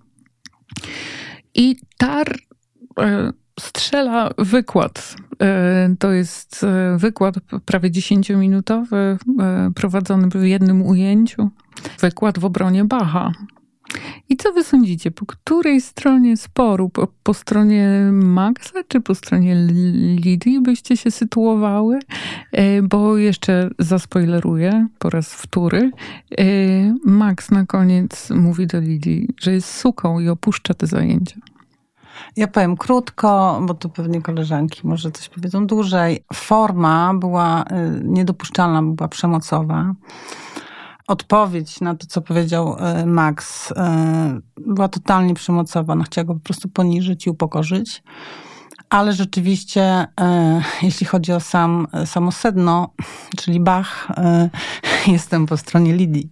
I Tar yy, strzela wykład. Yy, to jest yy, wykład prawie dziesięciominutowy, yy, prowadzony w jednym ujęciu. Wykład w obronie Bacha. I co wy sądzicie? Po której stronie sporu? Po, po stronie Maxa czy po stronie Lidii byście się sytuowały? Bo jeszcze zaspoileruję po raz wtóry. Max na koniec mówi do Lidii, że jest suką i opuszcza te zajęcia. Ja powiem krótko, bo tu pewnie koleżanki może coś powiedzą dłużej. Forma była niedopuszczalna, była przemocowa. Odpowiedź na to, co powiedział Max, była totalnie przemocowa. Ona chciała go po prostu poniżyć i upokorzyć. Ale rzeczywiście, jeśli chodzi o sam, samo sedno, czyli Bach, jestem po stronie Lidii.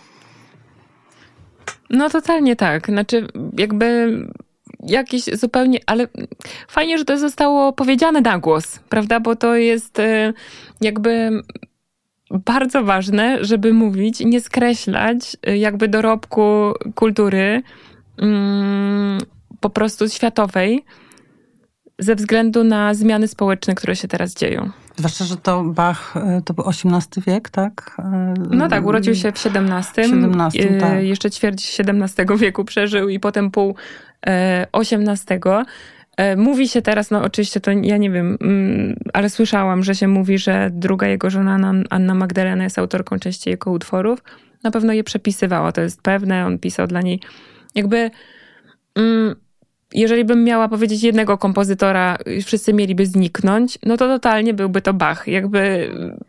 No totalnie tak. Znaczy jakby jakieś zupełnie, ale fajnie, że to zostało powiedziane na głos, prawda? Bo to jest jakby bardzo ważne, żeby mówić, nie skreślać jakby dorobku kultury mm, po prostu światowej ze względu na zmiany społeczne, które się teraz dzieją. Zwłaszcza, że to Bach, to był osiemnasty wiek, tak? No tak, urodził się w siedemnastym. siedemnastym, tak. Jeszcze ćwierć siedemnastego wieku przeżył i potem pół osiemnastego. Mówi się teraz, no oczywiście to ja nie wiem, ale słyszałam, że się mówi, że druga jego żona Anna Magdalena jest autorką części jego utworów. Na pewno je przepisywała, to jest pewne. On pisał dla niej jakby... Jeżeli bym miała powiedzieć jednego kompozytora, wszyscy mieliby zniknąć, no to totalnie byłby to Bach. Jakby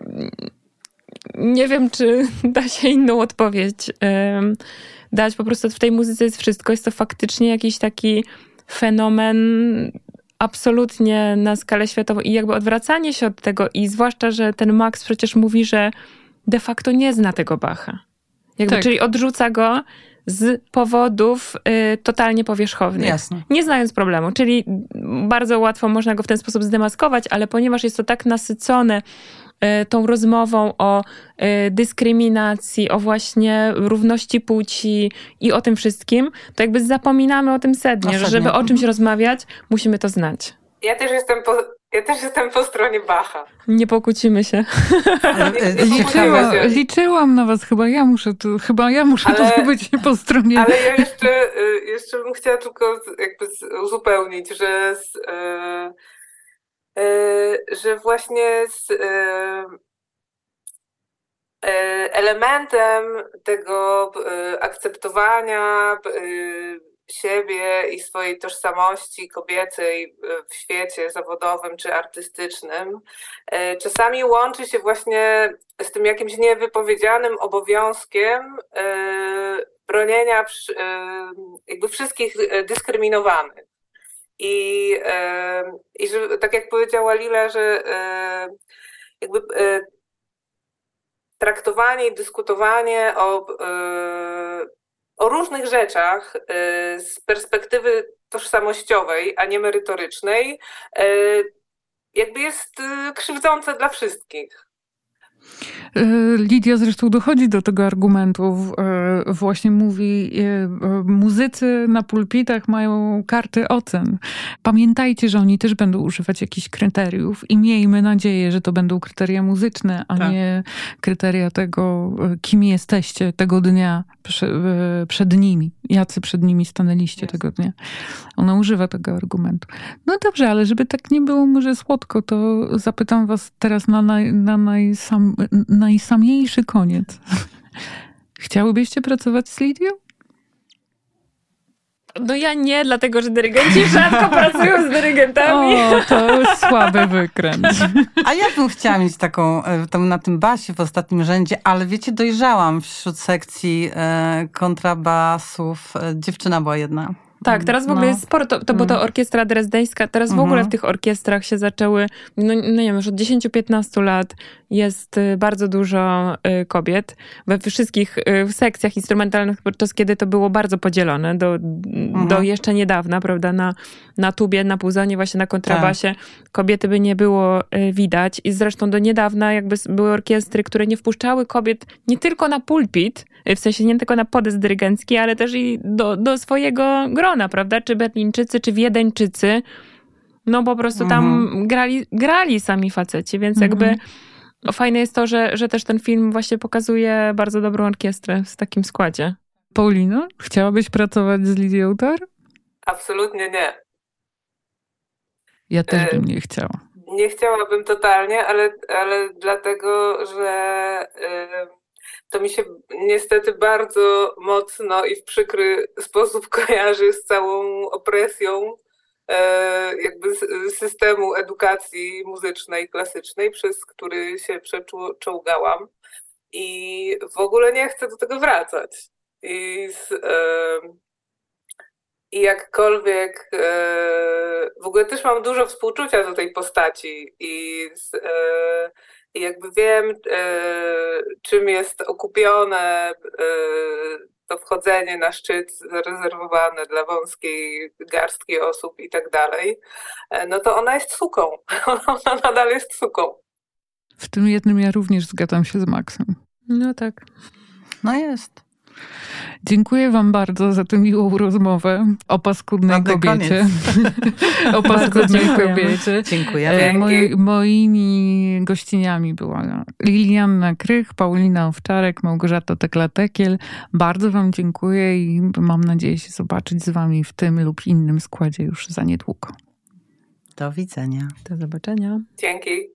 nie wiem, czy da się inną odpowiedź dać. Po prostu w tej muzyce jest wszystko. Jest to faktycznie jakiś taki fenomen absolutnie na skalę światową i jakby odwracanie się od tego i zwłaszcza, że ten Max przecież mówi, że de facto nie zna tego Bacha. Jakby, tak. Czyli odrzuca go z powodów y, totalnie powierzchownych. Jasne. Nie znając problemu. Czyli bardzo łatwo można go w ten sposób zdemaskować, ale ponieważ jest to tak nasycone y, tą rozmową o y, dyskryminacji, o właśnie równości płci i o tym wszystkim, to jakby zapominamy o tym sednie, że żeby o czymś rozmawiać, musimy to znać. Ja też jestem po, ja też jestem po stronie Bacha. Nie pokłócimy się. Liczyła, liczyłam na was, chyba ja muszę tu, chyba ja muszę ale, tu być po stronie. Ale ja jeszcze, jeszcze bym chciała tylko jakby uzupełnić, że, z, że właśnie z elementem tego akceptowania siebie i swojej tożsamości kobiecej w świecie zawodowym czy artystycznym czasami łączy się właśnie z tym jakimś niewypowiedzianym obowiązkiem bronienia jakby wszystkich dyskryminowanych. I, i że tak jak powiedziała Lila, że jakby traktowanie i dyskutowanie o o różnych rzeczach z perspektywy tożsamościowej, a nie merytorycznej, jakby jest krzywdzące dla wszystkich. Lidia zresztą dochodzi do tego argumentu. Właśnie mówi, muzycy na pulpitach mają karty ocen. Pamiętajcie, że oni też będą używać jakichś kryteriów i miejmy nadzieję, że to będą kryteria muzyczne, a tak. nie kryteria tego, kim jesteście tego dnia przed nimi. Jacy przed nimi stanęliście yes. tego dnia. Ona używa tego argumentu. No dobrze, ale żeby tak nie było może słodko, to zapytam was teraz na, naj, na najsam, najsamniejszy koniec. Chciałybyście pracować z Lidią? No ja nie, dlatego że dyrygenci rzadko pracują z dyrygentami. O, to słaby wykręt. A ja bym chciała mieć taką, tam na tym basie w ostatnim rzędzie, ale wiecie, dojrzałam wśród sekcji e, kontrabasów. Dziewczyna była jedna. Tak, teraz w ogóle no. jest sporo, to, to, bo to orkiestra drezdeńska, teraz w ogóle w tych orkiestrach się zaczęły, no, no nie wiem, już od dziesięć do piętnastu lat jest bardzo dużo kobiet we wszystkich sekcjach instrumentalnych, podczas kiedy to było bardzo podzielone do, mhm. do jeszcze niedawna, prawda, na, na tubie, na puzonie, właśnie na kontrabasie. Tak. Kobiety by nie było widać i zresztą do niedawna jakby były orkiestry, które nie wpuszczały kobiet nie tylko na pulpit, w sensie nie tylko na podest dyrygencki, ale też i do, do swojego grona, prawda? Czy Berlińczycy, czy Wiedeńczycy. No po prostu tam mhm. grali, grali sami faceci, więc mhm. jakby fajne jest to, że, że też ten film właśnie pokazuje bardzo dobrą orkiestrę w takim składzie. Paulino, chciałabyś pracować z Lidią Tar? Absolutnie nie. Ja też bym nie chciała. Nie chciałabym totalnie, ale, ale dlatego, że to mi się niestety bardzo mocno i w przykry sposób kojarzy z całą opresją jakby systemu edukacji muzycznej, klasycznej, przez który się przeczołgałam. I w ogóle nie chcę do tego wracać. I, z, i jakkolwiek w ogóle też mam dużo współczucia do tej postaci i, z, i jakby wiem, czym jest okupione to wchodzenie na szczyt zarezerwowane dla wąskiej garstki osób i tak dalej, no to ona jest suką. Ona nadal jest suką. W tym jednym ja również zgadzam się z Maxem. No tak. No jest. Dziękuję wam bardzo za tę miłą rozmowę o paskudnej Ładny kobiecie. o paskudnej kobiecie. Dziękuję. Moi, moimi gościniami była Lilianna Krych, Paulina Owczarek, Małgorzata Tekla-Tekiel. Bardzo wam dziękuję i mam nadzieję się zobaczyć z wami w tym lub innym składzie już za niedługo. Do widzenia. Do zobaczenia. Dzięki.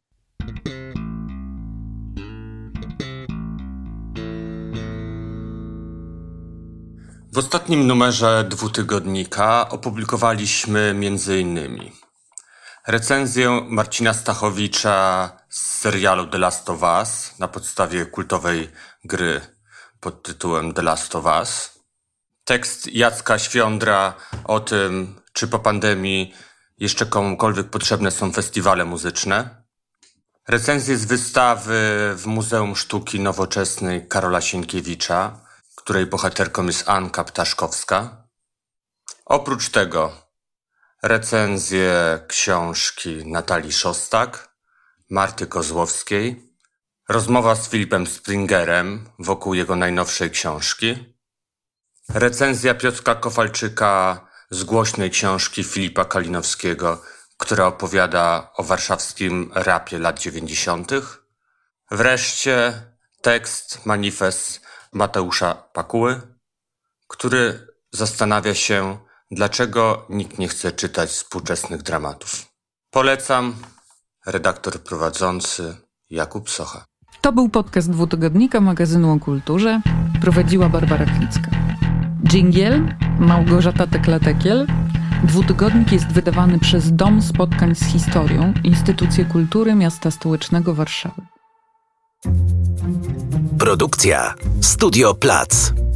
W ostatnim numerze dwutygodnika opublikowaliśmy między innymi recenzję Marcina Stachowicza z serialu The Last of Us na podstawie kultowej gry pod tytułem The Last of Us, tekst Jacka Świądra o tym, czy po pandemii jeszcze komukolwiek potrzebne są festiwale muzyczne, recenzję z wystawy w Muzeum Sztuki Nowoczesnej Karola Sienkiewicza, której bohaterką jest Anka Ptaszkowska. Oprócz tego recenzję książki Natalii Szostak, Marty Kozłowskiej, rozmowa z Filipem Springerem wokół jego najnowszej książki, recenzja Piotra Kowalczyka z głośnej książki Filipa Kalinowskiego, która opowiada o warszawskim rapie lat dziewięćdziesiątych. Wreszcie tekst, manifest Mateusza Pakuły, który zastanawia się, dlaczego nikt nie chce czytać współczesnych dramatów. Polecam. Redaktor prowadzący Jakub Socha. To był podcast dwutygodnika magazynu o kulturze. Prowadziła Barbara Klicka. Dżingiel Małgorzata Tekla-Tekiel. Dwutygodnik jest wydawany przez Dom Spotkań z Historią, Instytucję Kultury Miasta Stołecznego Warszawy. Produkcja Studio Plac.